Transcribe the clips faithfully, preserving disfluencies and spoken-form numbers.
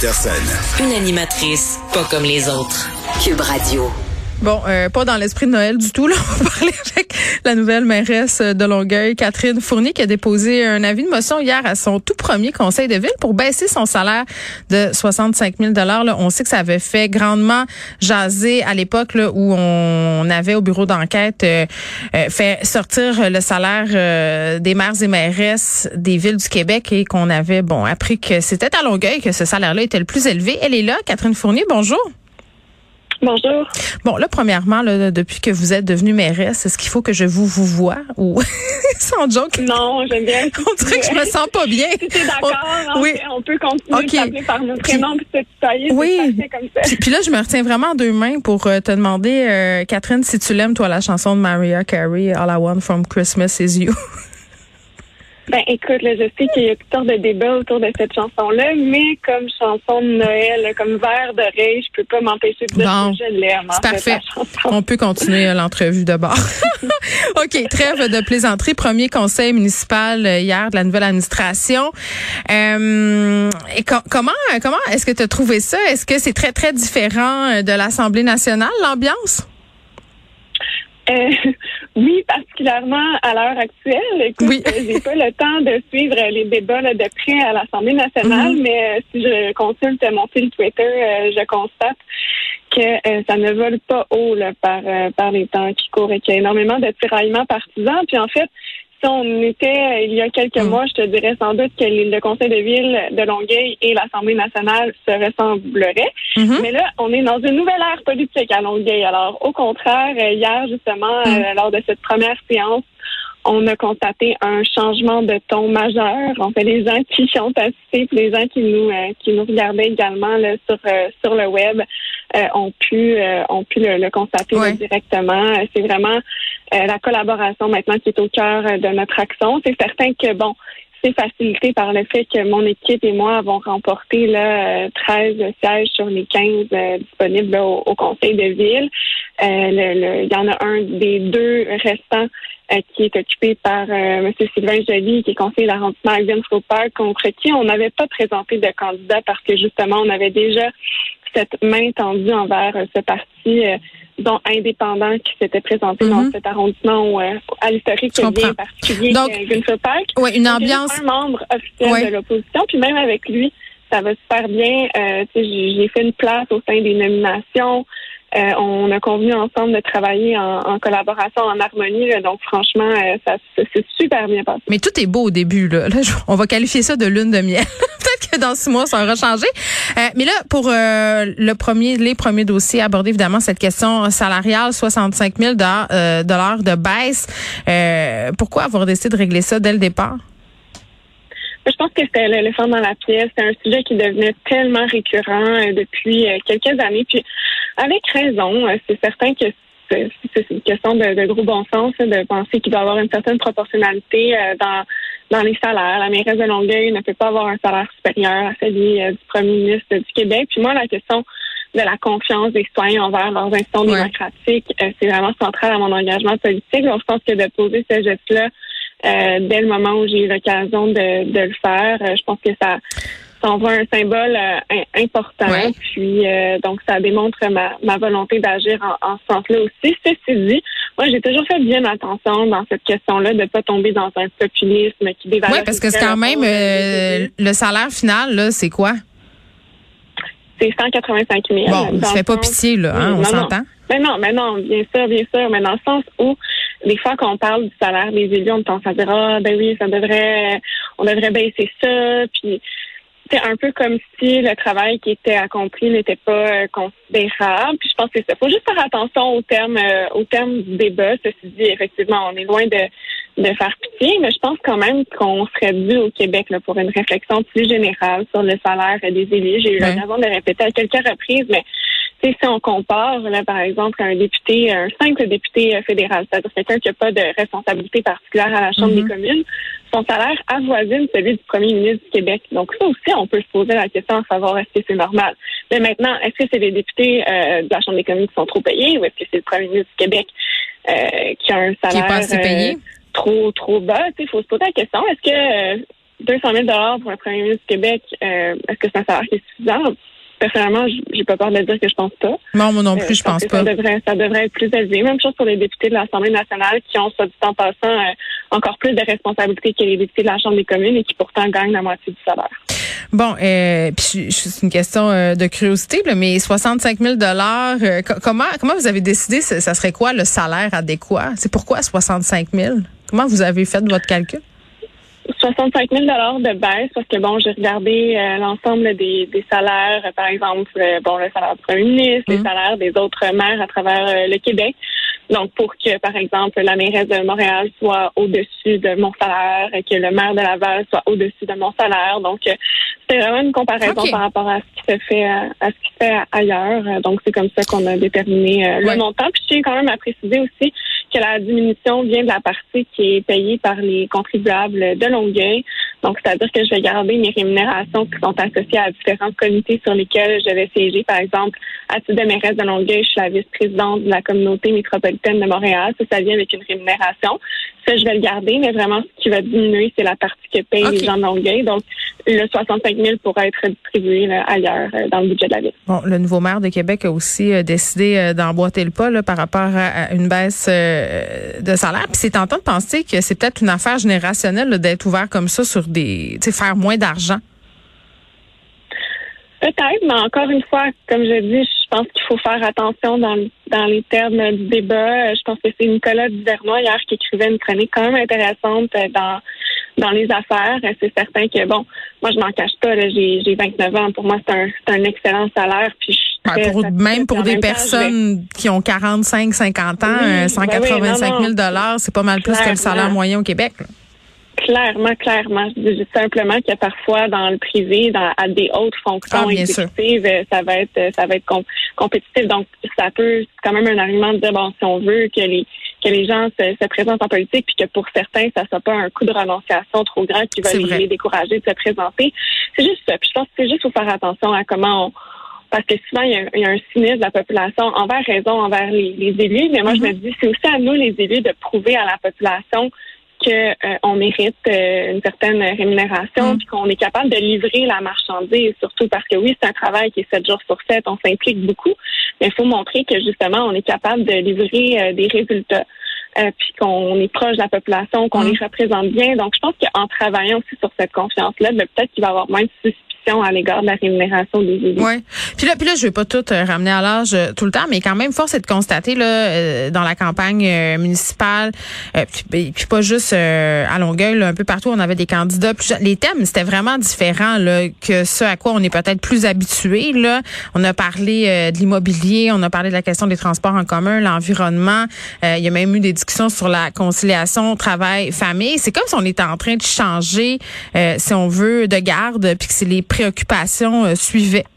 Peterson. Une animatrice pas comme les autres. Cube Radio. Bon, euh, pas dans l'esprit de Noël du tout. Là, on va parler avec la nouvelle mairesse de Longueuil, Catherine Fournier, qui a déposé un avis de motion hier à son tout premier conseil de ville pour baisser son salaire de soixante-cinq mille dollars. Là, on sait que ça avait fait grandement jaser à l'époque là, où on avait au bureau d'enquête euh, euh, fait sortir le salaire euh, des maires et mairesses des villes du Québec et qu'on avait bon appris que c'était à Longueuil que ce salaire-là était le plus élevé. Elle est là, Catherine Fournier. Bonjour. Bonjour. Bon, là, premièrement, là, depuis que vous êtes devenue mairesse, est-ce qu'il faut que je vous vous voie ou sans joke? Non, j'aime bien. On dirait que je me sens pas bien. Si t'es d'accord, on, oui. on peut continuer okay. de t'appeler par notre prénom puis te tutoyer. Oui. Comme ça. Puis, puis là, je me retiens vraiment en deux mains pour euh, te demander, euh, Catherine, si tu l'aimes, toi, la chanson de Mariah Carey, All I Want from Christmas is You. Ben, écoute, là, je sais qu'il y a toutes sortes de débats autour de cette chanson-là, mais comme chanson de Noël, comme vers d'oreille, je peux pas m'empêcher de dire bon, que je l'aime. C'est parfait. On peut continuer l'entrevue de bord. OK, trêve de plaisanterie. Premier conseil municipal hier de la nouvelle administration. Euh, et com- comment, comment est-ce que tu as trouvé ça? Est-ce que c'est très, très différent de l'Assemblée nationale, l'ambiance? Euh, oui, particulièrement à l'heure actuelle. Écoute, oui. j'ai pas le temps de suivre les débats là, de près à l'Assemblée nationale, mm-hmm. mais euh, si je consulte mon fil Twitter, euh, je constate que euh, ça ne vole pas haut là, par euh, par les temps qui courent et qu'il y a énormément de tiraillements partisans. Puis en fait, si on était il y a quelques mmh. mois, je te dirais sans doute que le conseil de ville de Longueuil et l'Assemblée nationale se ressembleraient. Mmh. Mais là, on est dans une nouvelle ère politique à Longueuil. Alors, au contraire, hier, justement, mmh. euh, lors de cette première séance, on a constaté un changement de ton majeur. En fait, les gens qui ont assisté, puis les gens qui nous euh, qui nous regardaient également là, sur euh, sur le web euh, ont pu euh, ont pu le, le constater ouais. là, directement. C'est vraiment euh, la collaboration maintenant qui est au cœur de notre action. C'est certain que bon, c'est facilité par le fait que mon équipe et moi avons remporté là treize sièges sur les quinze euh, disponibles là, au, au conseil de ville. Euh, le, le, il y en a un des deux restants euh, qui est occupé par euh, M. Sylvain Joly, qui est conseiller d'arrondissement à Gainesville Park, contre qui on n'avait pas présenté de candidat parce que justement on avait déjà cette main tendue envers euh, ce parti euh, dont indépendant qui s'était présenté mm-hmm. dans cet arrondissement euh, à l'historique bien particulier Donc, de Gainesville Park. Oui, une Donc, ambiance. Un membre officiel ouais. de l'opposition, puis même avec lui, ça va super bien. Euh, j'ai fait une place au sein des nominations. Euh, on a convenu ensemble de travailler en, en collaboration, en harmonie. Là, donc, franchement, euh, ça, ça s'est super bien passé. Mais tout est beau au début. Là. Là, on va qualifier ça de lune de miel. Peut-être que dans six mois, ça aura changé. Euh, mais là, pour euh, le premier, les premiers dossiers, aborder évidemment cette question salariale, soixante-cinq mille dollars euh, de baisse. Euh, pourquoi avoir décidé de régler ça dès le départ? Je pense que c'était l'éléphant dans la pièce. C'est un sujet qui devenait tellement récurrent euh, depuis euh, quelques années. Puis, avec raison, euh, c'est certain que c'est, c'est une question de, de gros bon sens hein, de penser qu'il doit y avoir une certaine proportionnalité euh, dans dans les salaires. La mairesse de Longueuil ne peut pas avoir un salaire supérieur à celui euh, du premier ministre du Québec. Puis moi, la question de la confiance des citoyens envers leurs institutions ouais. démocratiques, euh, c'est vraiment central à mon engagement politique. Donc, je pense que de poser ce geste-là Euh, dès le moment où j'ai eu l'occasion de, de le faire. Euh, je pense que ça, ça envoie un symbole euh, important. Ouais. Puis euh, donc ça démontre ma, ma volonté d'agir en, en ce sens-là aussi. Ceci dit, moi j'ai toujours fait bien attention dans cette question-là de ne pas tomber dans un populisme qui dévalorise. Oui, parce que c'est quand même euh, le salaire final, là, c'est quoi? C'est cent quatre-vingt-cinq mille. Bon, ça fait pas pitié, là, hein, on non, s'entend? Mais non, mais non, bien sûr, bien sûr, mais dans le sens où des fois qu'on parle du salaire des élus, on pense à dire ah ben oui, ça devrait on devrait baisser ça, puis c'est un peu comme si le travail qui était accompli n'était pas euh, considérable. Puis je pense que ça faut juste faire attention au terme euh, au terme du débat. Ceci dit, effectivement, on est loin de de faire pitié, mais je pense quand même qu'on serait dû au Québec là, pour une réflexion plus générale sur le salaire des élus. J'ai eu ouais. l'occasion de le répéter à quelques reprises, mais tu sais, si on compare, là, par exemple, un député, un simple député fédéral, c'est-à-dire quelqu'un qui n'a pas de responsabilité particulière à la Chambre mm-hmm. des communes, son salaire avoisine celui du premier ministre du Québec. Donc ça aussi, on peut se poser la question à savoir est-ce que c'est normal. Mais maintenant, est-ce que c'est les députés euh, de la Chambre des communes qui sont trop payés ou est-ce que c'est le premier ministre du Québec euh, qui a un salaire qui est pas assez payé? Euh, trop trop bas? Il faut se poser la question, est-ce que euh, deux cent mille dollars pour un premier ministre du Québec, euh, est-ce que c'est un salaire qui est suffisant? Personnellement, j'ai pas peur de dire que je pense pas. Non, moi non plus, euh, je, je pense, pense pas. Ça devrait, ça devrait être plus élevé. Même chose pour les députés de l'Assemblée nationale qui ont, soit du temps passant, euh, encore plus de responsabilités que les députés de la Chambre des communes et qui pourtant gagnent la moitié du salaire. Bon, euh, puis c'est une question euh, de curiosité, là, mais soixante-cinq mille dollars, euh, comment comment vous avez décidé, ça, ça serait quoi le salaire adéquat? C'est pourquoi soixante-cinq mille? Comment vous avez fait votre calcul? soixante-cinq mille dollars de baisse parce que bon, j'ai regardé euh, l'ensemble des, des salaires, euh, par exemple, euh, bon, le salaire du premier ministre, mmh. les salaires des autres maires à travers euh, le Québec. Donc, pour que, par exemple, la mairesse de Montréal soit au-dessus de mon salaire, et que le maire de Laval soit au-dessus de mon salaire. Donc, euh, c'était vraiment une comparaison okay. par rapport à ce qui se fait à, à ce qui se fait ailleurs. Donc, c'est comme ça qu'on a déterminé euh, ouais. le montant. Puis, je tiens quand même à préciser aussi que la diminution vient de la partie qui est payée par les contribuables de Longueuil. Donc, c'est-à-dire que je vais garder mes rémunérations qui sont associées à différents comités sur lesquels je vais siéger. Par exemple, à titre de mairesse de Longueuil, je suis la vice-présidente de la communauté métropolitaine de Montréal. Ça, ça vient avec une rémunération. Ça, je vais le garder, mais vraiment, ce qui va diminuer, c'est la partie que payent okay. les gens de Longueuil. Donc, le soixante-cinq mille pourra être distribué là, ailleurs euh, dans le budget de la ville. Bon, le nouveau maire de Québec a aussi euh, décidé euh, d'emboîter le pas là, par rapport à, à une baisse euh, de salaire. Puis c'est tentant de penser que c'est peut-être une affaire générationnelle là, d'être ouvert comme ça sur des, tu sais, faire moins d'argent. Peut-être, mais encore une fois, comme je dis, je pense qu'il faut faire attention dans, dans les termes du débat. Je pense que c'est Nicolas Duvernois hier qui écrivait une chronique quand même intéressante dans dans les affaires. C'est certain que, bon, moi, je m'en cache pas, là, j'ai, j'ai vingt-neuf ans. Pour moi, c'est un, c'est un excellent salaire. Puis je suis ouais, pour, même pour des personnes vais... qui ont quarante-cinq, cinquante ans, oui, cent quatre-vingt-cinq mille dollars, c'est pas mal plus Clairement. que le salaire moyen au Québec. Là. Clairement, clairement. Je dis simplement que parfois, dans le privé, dans, à des hautes fonctions ah, exécutives, sûr. ça va être, ça va être com- compétitif. Donc, ça peut, c'est quand même un argument de dire, bon, si on veut que les, que les gens se, se présentent en politique, puis que pour certains, ça soit pas un coup de renonciation trop grand qui va les, les décourager de se présenter. C'est juste ça. Puis je pense que c'est juste faut faire attention à comment on, parce que souvent, il y, a, il y a un cynisme de la population envers raison, envers les, les élus. Mais moi, mm-hmm. je me dis, c'est aussi à nous, les élus, de prouver à la population que euh, on mérite euh, une certaine rémunération, mmh. puis qu'on est capable de livrer la marchandise, surtout parce que oui, c'est un travail qui est sept jours sur sept, on s'implique beaucoup, mais il faut montrer que justement, on est capable de livrer euh, des résultats, euh, puis qu'on est proche de la population, qu'on mmh. les représente bien. Donc, je pense qu'en travaillant aussi sur cette confiance-là, ben, peut-être qu'il va y avoir moins de suspicion à l'égard de la rémunération des élus. Oui. Puis là, puis là, je vais pas tout euh, ramener à l'âge euh, tout le temps, mais quand même, force est de constater là, euh, dans la campagne euh, municipale, euh, puis, puis pas juste euh, à Longueuil, là, un peu partout, on avait des candidats. Plus, les thèmes, c'était vraiment différent là, que ce à quoi on est peut-être plus habitué. Là, on a parlé euh, de l'immobilier, on a parlé de la question des transports en commun, l'environnement. Euh, il y a même eu des discussions sur la conciliation travail-famille. C'est comme si on était en train de changer, euh, si on veut, de garde, puis que c'est les préoccupations euh, suivaient.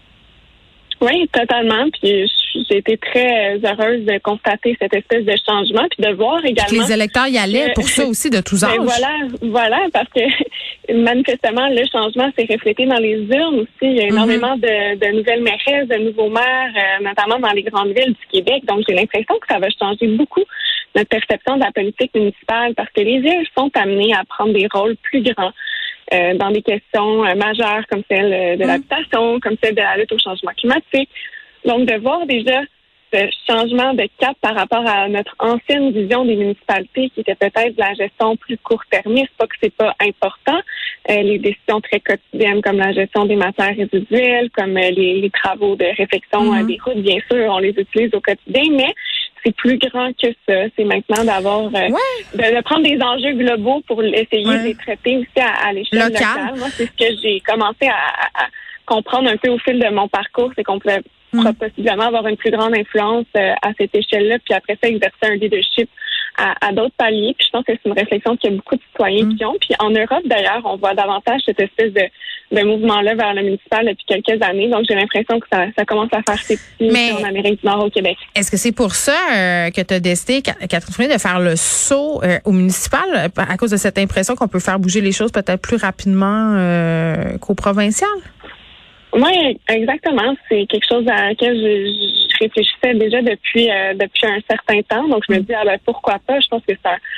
Oui, totalement. Puis j'ai été très heureuse de constater cette espèce de changement, puis de voir également. Puis les électeurs y allaient pour ça aussi de tous âges. Voilà, voilà, parce que manifestement le changement s'est reflété dans les urnes aussi. Il y a énormément mm-hmm. de, de nouvelles mairesses, de nouveaux maires, euh, notamment dans les grandes villes du Québec. Donc j'ai l'impression que ça va changer beaucoup notre perception de la politique municipale, parce que les villes sont amenées à prendre des rôles plus grands. Euh, dans des questions euh, majeures comme celle euh, de mmh. l'habitation, comme celle de la lutte au changement climatique. Donc, de voir déjà ce changement de cap par rapport à notre ancienne vision des municipalités qui était peut-être de la gestion plus court-termiste, pas que c'est pas important, euh, les décisions très quotidiennes comme la gestion des matières résiduelles, comme euh, les, les travaux de réfection mmh. euh, des routes, bien sûr, on les utilise au quotidien, mais c'est plus grand que ça. C'est maintenant d'avoir euh, ouais. de, de prendre des enjeux globaux pour essayer ouais. de les traiter aussi à, à l'échelle Local. locale. Moi, c'est ce que j'ai commencé à, à, à comprendre un peu au fil de mon parcours, c'est qu'on pouvait mm. possiblement avoir une plus grande influence euh, à cette échelle-là, puis après ça, exercer un leadership à, à d'autres paliers. Puis je pense que c'est une réflexion qu'il y a beaucoup de citoyens mm. qui ont. Puis en Europe, d'ailleurs, on voit davantage cette espèce de de mouvement-là vers le municipal depuis quelques années. Donc, j'ai l'impression que ça, ça commence à faire ses petits Mais en Amérique du Nord au Québec. Est-ce que c'est pour ça euh, que tu as décidé, Catherine Fournier, de faire le saut euh, au municipal à cause de cette impression qu'on peut faire bouger les choses peut-être plus rapidement euh, qu'au provincial? Oui, exactement. C'est quelque chose à laquelle je, je réfléchissais déjà depuis euh, depuis un certain temps. Donc, je me dis, ah ben, pourquoi pas? Je pense que c'est un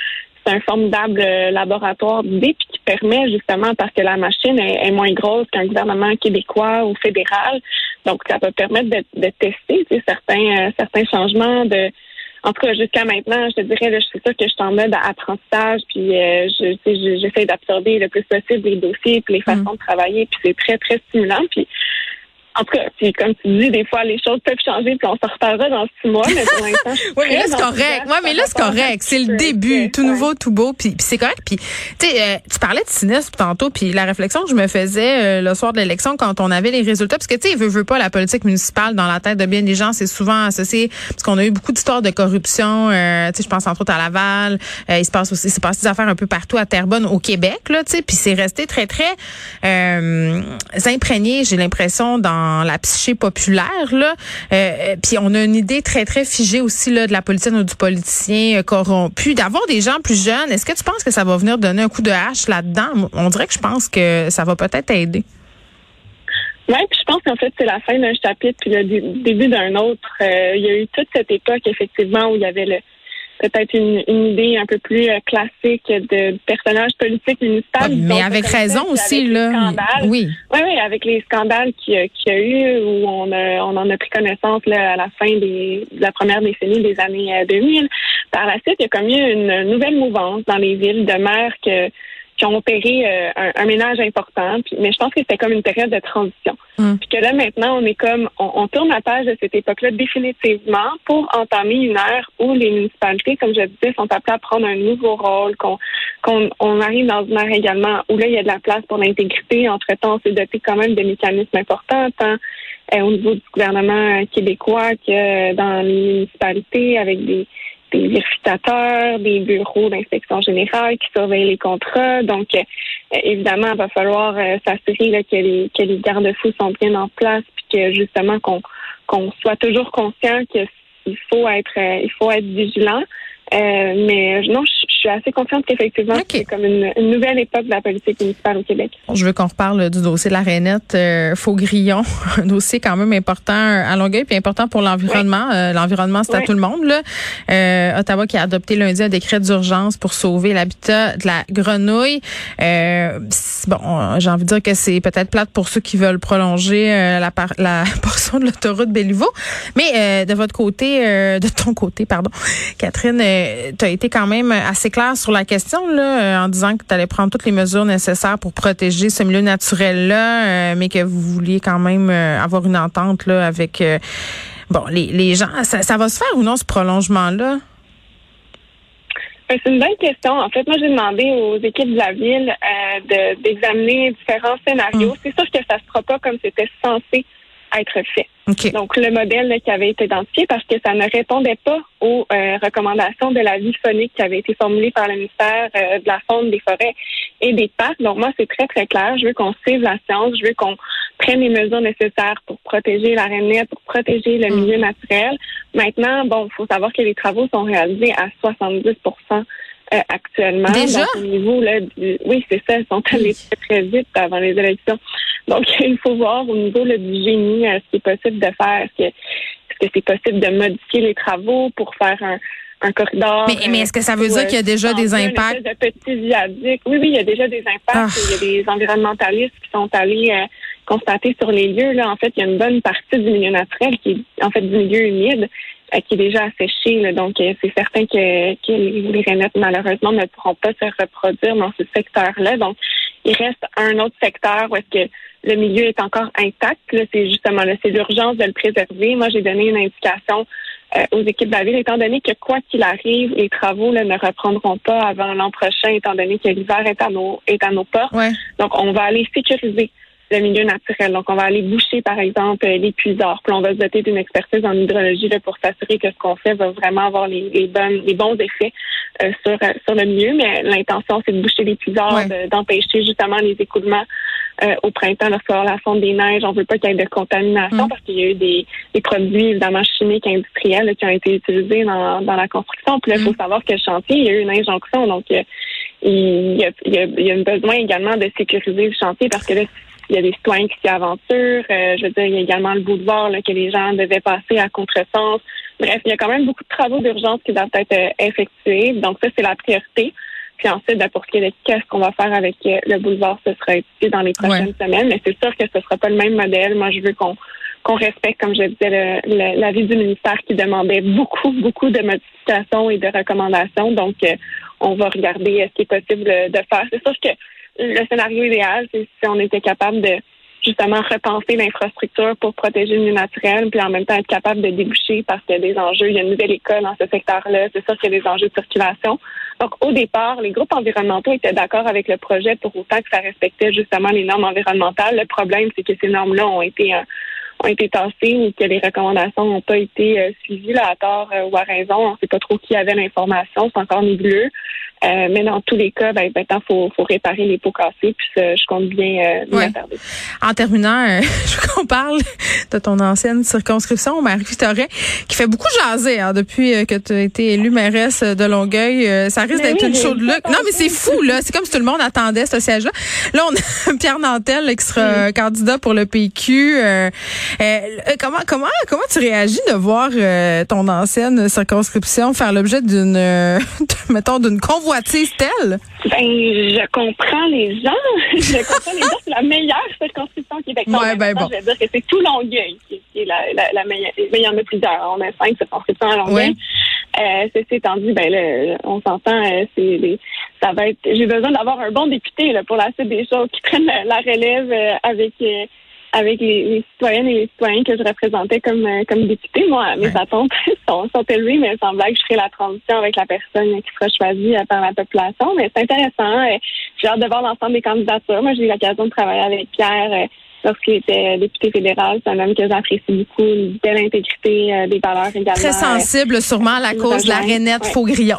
c'est un formidable laboratoire d'idées puis qui permet justement, parce que la machine est, est moins grosse qu'un gouvernement québécois ou fédéral, donc ça peut permettre de, de tester tu sais, certains euh, certains changements de en tout cas, jusqu'à maintenant, je te dirais, là, c'est sûr que je suis en mode apprentissage, puis euh, je, je, j'essaie d'absorber le plus possible les dossiers, puis les façons mmh. de travailler, puis c'est très, très stimulant. Puis en tout cas, puis comme tu dis, des fois, les choses peuvent changer, puis on s'en reparlera dans six mois, mais pour l'instant, je suis oui, mais là, c'est correct. Oui, mais là, c'est correct. C'est le début, tout nouveau, tout beau, puis, puis c'est correct. Puis, tu sais, euh, tu parlais de cynisme tantôt, puis la réflexion que je me faisais euh, le soir de l'élection, quand on avait les résultats, parce que, tu sais, veut, veut pas, la politique municipale, dans la tête de bien des gens, c'est souvent associé, parce qu'on a eu beaucoup d'histoires de corruption, euh, tu sais, je pense entre autres à Laval, euh, il se passe aussi, il se passe des affaires un peu partout à Terrebonne, au Québec, là, tu sais, puis c'est resté très, très euh, imprégné, j'ai l'impression, dans la psyché populaire, là. Euh, puis on a une idée très, très figée aussi là, de la politicienne ou du politicien euh, corrompu. D'avoir des gens plus jeunes, est-ce que tu penses que ça va venir donner un coup de hache là-dedans? On dirait que je pense que ça va peut-être aider. Oui, puis je pense qu'en fait, c'est la fin d'un chapitre puis le dé- début d'un autre. Euh, il y a eu toute cette époque, effectivement, où il y avait le peut-être une, une idée un peu plus euh, classique de, de personnages politiques municipaux. Ah, mais avec raison ça, aussi, avec là. Scandales. Oui. Oui, oui, avec les scandales qu'il y a eu, où on a, on en a pris connaissance là, à la fin des, de la première décennie des années euh, deux mille. Par la suite, il y a comme eu une nouvelle mouvance dans les villes de maires que qui ont opéré euh, un, un ménage important. Puis, mais je pense que c'était comme une période de transition. Mm. Puis que là, maintenant, on est comme, on, on tourne la page de cette époque-là définitivement pour entamer une ère où les municipalités, comme je disais, sont appelées à prendre un nouveau rôle, qu'on, qu'on on arrive dans une ère également où là, il y a de la place pour l'intégrité. Entre-temps, on s'est doté quand même de mécanismes importants, tant euh, au niveau du gouvernement québécois que dans les municipalités, avec des des vérificateurs, des bureaux d'inspection générale qui surveillent les contrats. Donc, euh, évidemment, il va falloir euh, s'assurer là, que les que les garde-fous sont bien en place, puis que justement qu'on qu'on soit toujours conscient qu'il faut être euh, il faut être vigilant. Euh, mais non, je, je suis assez confiante qu'effectivement, okay. c'est comme une, une nouvelle époque de la politique municipale au Québec. Je veux qu'on reparle du dossier de la Rainette euh, Faux-Grillon, un dossier quand même important à Longueuil, puis important pour l'environnement. Oui. Euh, l'environnement, c'est oui. à tout le monde. Là. Euh, Ottawa qui a adopté lundi un décret d'urgence pour sauver l'habitat de la grenouille. Euh, bon, j'ai envie de dire que c'est peut-être plate pour ceux qui veulent prolonger euh, la, par- la portion de l'autoroute Béliveau. Mais euh, de votre côté, euh, de ton côté, pardon, Catherine, euh, tu as été quand même assez claire sur la question là, en disant que tu allais prendre toutes les mesures nécessaires pour protéger ce milieu naturel-là, euh, mais que vous vouliez quand même euh, avoir une entente là, avec euh, bon les, les gens. Ça, ça va se faire ou non, ce prolongement-là? C'est une bonne question. En fait, moi, j'ai demandé aux équipes de la ville euh, de, d'examiner différents scénarios. Mmh. C'est sûr que ça ne se fera pas comme c'était censé être fait. Okay. Donc, le modèle là, qui avait été identifié parce que ça ne répondait pas aux euh, recommandations de la vie phonique qui avait été formulée par le ministère euh, de la Faune, des Forêts et des Parcs. Donc, moi, c'est très, très clair. Je veux qu'on suive la science. Je veux qu'on prenne les mesures nécessaires pour protéger la rainette, pour protéger le mmh. milieu naturel. Maintenant, bon, il faut savoir que les travaux sont réalisés à soixante-dix pour cent euh, actuellement. Déjà? Donc, au niveau, là, du, oui, c'est ça. Ils sont allés très, très vite avant les élections. Donc, il faut voir au niveau là, du génie euh, ce qui est possible de faire. Est-ce que, est-ce que c'est possible de modifier les travaux pour faire un, un corridor? Mais, mais est-ce que ça veut dire qu'il y a déjà des impacts? De petits viaducs. Oui, oui, il y a déjà des impacts. Ah. Il y a des environnementalistes qui sont allés euh, constater sur les lieux. Là, en fait, il y a une bonne partie du milieu naturel, qui est en fait du milieu humide, euh, qui est déjà asséché. Là. Donc, euh, c'est certain que, que les, les rainettes, malheureusement, ne pourront pas se reproduire dans ce secteur-là. Donc, il reste un autre secteur où est-ce que le milieu est encore intact. Là, c'est justement là, c'est l'urgence de le préserver. Moi, j'ai donné une indication euh, aux équipes de la ville, étant donné que quoi qu'il arrive, les travaux là, ne reprendront pas avant l'an prochain, étant donné que l'hiver est à nos est à nos portes. Ouais. Donc, on va aller sécuriser le milieu naturel. Donc, on va aller boucher, par exemple, les puisards. Puis on va se doter d'une expertise en hydrologie là, pour s'assurer que ce qu'on fait va vraiment avoir les, les bonnes, les bons effets euh, sur euh, sur le milieu. Mais l'intention, c'est de boucher les puisards, ouais. de, d'empêcher justement les écoulements euh, au printemps lorsqu'il y aura la fonte des neiges. On veut pas qu'il y ait de contamination mmh. parce qu'il y a eu des, des produits évidemment chimiques industriels là, qui ont été utilisés dans, dans la construction. Puis là, il faut mmh. savoir que le chantier, il y a eu une injonction. Donc, euh, il, y a, il, y a, il y a un besoin également de sécuriser le chantier parce que là, il y a des citoyens qui s'y aventurent. Euh, je veux dire, il y a également le boulevard là, que les gens devaient passer à contresens. Bref, il y a quand même beaucoup de travaux d'urgence qui doivent être euh, effectués. Donc ça, c'est la priorité. Puis ensuite, ben, pour ce qui est de qu'est-ce qu'on va faire avec euh, le boulevard, ce sera étudié dans les prochaines ouais. semaines. Mais c'est sûr que ce sera pas le même modèle. Moi, je veux qu'on qu'on respecte, comme je disais, le, le, l'avis du ministère qui demandait beaucoup, beaucoup de modifications et de recommandations. Donc, euh, on va regarder ce qui est possible de faire. C'est sûr que le scénario idéal, c'est si on était capable de justement repenser l'infrastructure pour protéger le milieu naturel, puis en même temps être capable de déboucher parce qu'il y a des enjeux. Il y a une nouvelle école dans ce secteur-là. C'est sûr qu'il y a des enjeux de circulation. Donc, au départ, les groupes environnementaux étaient d'accord avec le projet pour autant que ça respectait justement les normes environnementales. Le problème, c'est que ces normes-là ont été euh, ont été tassées ou que les recommandations n'ont pas été euh, suivies là, à tort euh, ou à raison. On ne sait pas trop qui avait l'information, c'est encore nébuleux. Euh, mais dans tous les cas, ben, maintenant, il faut, faut réparer les pots cassés, puis ça, je compte bien euh, m'y attarder. En terminant, euh, je veux qu'on parle de ton ancienne circonscription, Marie-Victorin, qui fait beaucoup jaser hein, depuis euh, que tu as été élue mairesse de Longueuil. Euh, ça risque mais d'être oui, une chaude lutte. Non, mais c'est fou, là. C'est comme si tout le monde attendait ce siège-là. Là, on a Pierre Nantel là, qui sera oui. candidat pour le P Q. Euh, euh, comment, comment, comment tu réagis de voir euh, ton ancienne circonscription faire l'objet d'une, euh, mettons, d'une convoitise telle? Ben, je comprends les gens. Je comprends les gens. C'est la meilleure circonscription québécoise. Ouais, ben bon. Je vais dire que c'est tout Longueuil qui, qui est la, la, la meilleure. Mais il y en a plusieurs. On a cinq circonscriptions à Longueuil. Oui. Euh, ceci étant dit, ben là, on s'entend, euh, c'est les, ça va être. J'ai besoin d'avoir un bon député là pour la suite des choses qui prennent la, la relève euh, avec. Euh, avec les, les citoyennes et les citoyens que je représentais comme euh, comme députée. Moi, mes ouais. attentes sont, sont élevées, mais il semblerait que je ferai la transition avec la personne qui sera choisie euh, par la population. Mais c'est intéressant. Euh, j'ai hâte de voir l'ensemble des candidatures. Moi, j'ai eu l'occasion de travailler avec Pierre euh, lorsqu'il était député fédéral. C'est un homme que j'apprécie beaucoup, une belle intégrité, euh, des valeurs également. Très sensible, euh, sûrement, à la cause de la Rainette ouais. Faugrillon.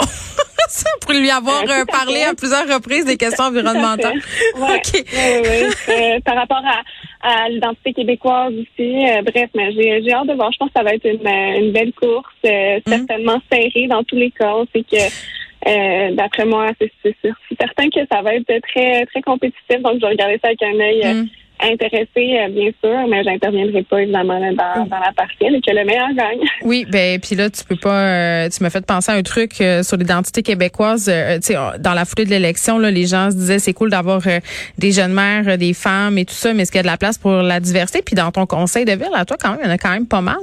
Pour lui avoir euh, parlé à, à plusieurs reprises des questions environnementales. Oui, okay. oui, oui. Euh, par rapport à, à l'identité québécoise aussi. Euh, bref, mais j'ai, j'ai hâte de voir. Je pense que ça va être une, une belle course, euh, mm. certainement serrée dans tous les cas. C'est que, euh, d'après moi, c'est, c'est, c'est, c'est certain que ça va être très, très compétitif. Donc, je vais regarder ça avec un œil mm. intéressé, euh, bien sûr, mais j'interviendrai pas évidemment là, dans, dans la partielle et que le meilleur gagne. Oui, ben puis là tu peux pas. Euh, tu m'as fait penser à un truc euh, sur l'identité québécoise. Euh, tu sais, dans la foulée de l'élection, là, les gens se disaient c'est cool d'avoir euh, des jeunes mères, euh, des femmes et tout ça, mais est-ce qu'il y a de la place pour la diversité? Puis dans ton conseil de ville, à toi quand même, il y en a quand même pas mal.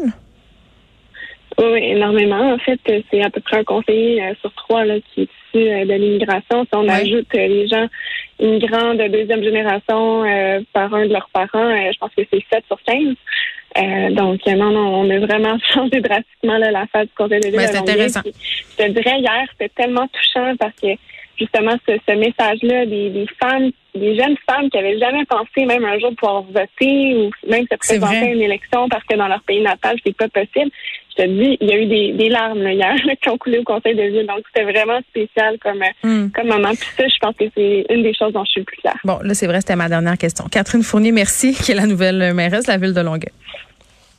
Oui, énormément. En fait, c'est à peu près un conseiller euh, sur trois là qui est issu euh, de l'immigration. Si on oui. ajoute euh, les gens immigrants de deuxième génération euh, par un de leurs parents, euh, je pense que c'est sept sur quinze. Euh, donc, non, non, on a vraiment changé drastiquement là, la face du conseil de ville. Ben, c'est intéressant. Puis, je te dirais, hier, c'était tellement touchant parce que, justement, ce, ce message-là des, des femmes, des jeunes femmes qui avaient jamais pensé même un jour pouvoir voter ou même se présenter à une élection parce que dans leur pays natal, c'est pas possible. Je te dis, il y a eu des, des larmes là, hier là, qui ont coulé au conseil de ville. Donc, c'était vraiment spécial comme, mm. comme moment. Puis ça, je pense que c'est une des choses dont je suis le plus fière. Bon, là, c'est vrai, c'était ma dernière question. Catherine Fournier, merci, qui est la nouvelle mairesse de la ville de Longueuil.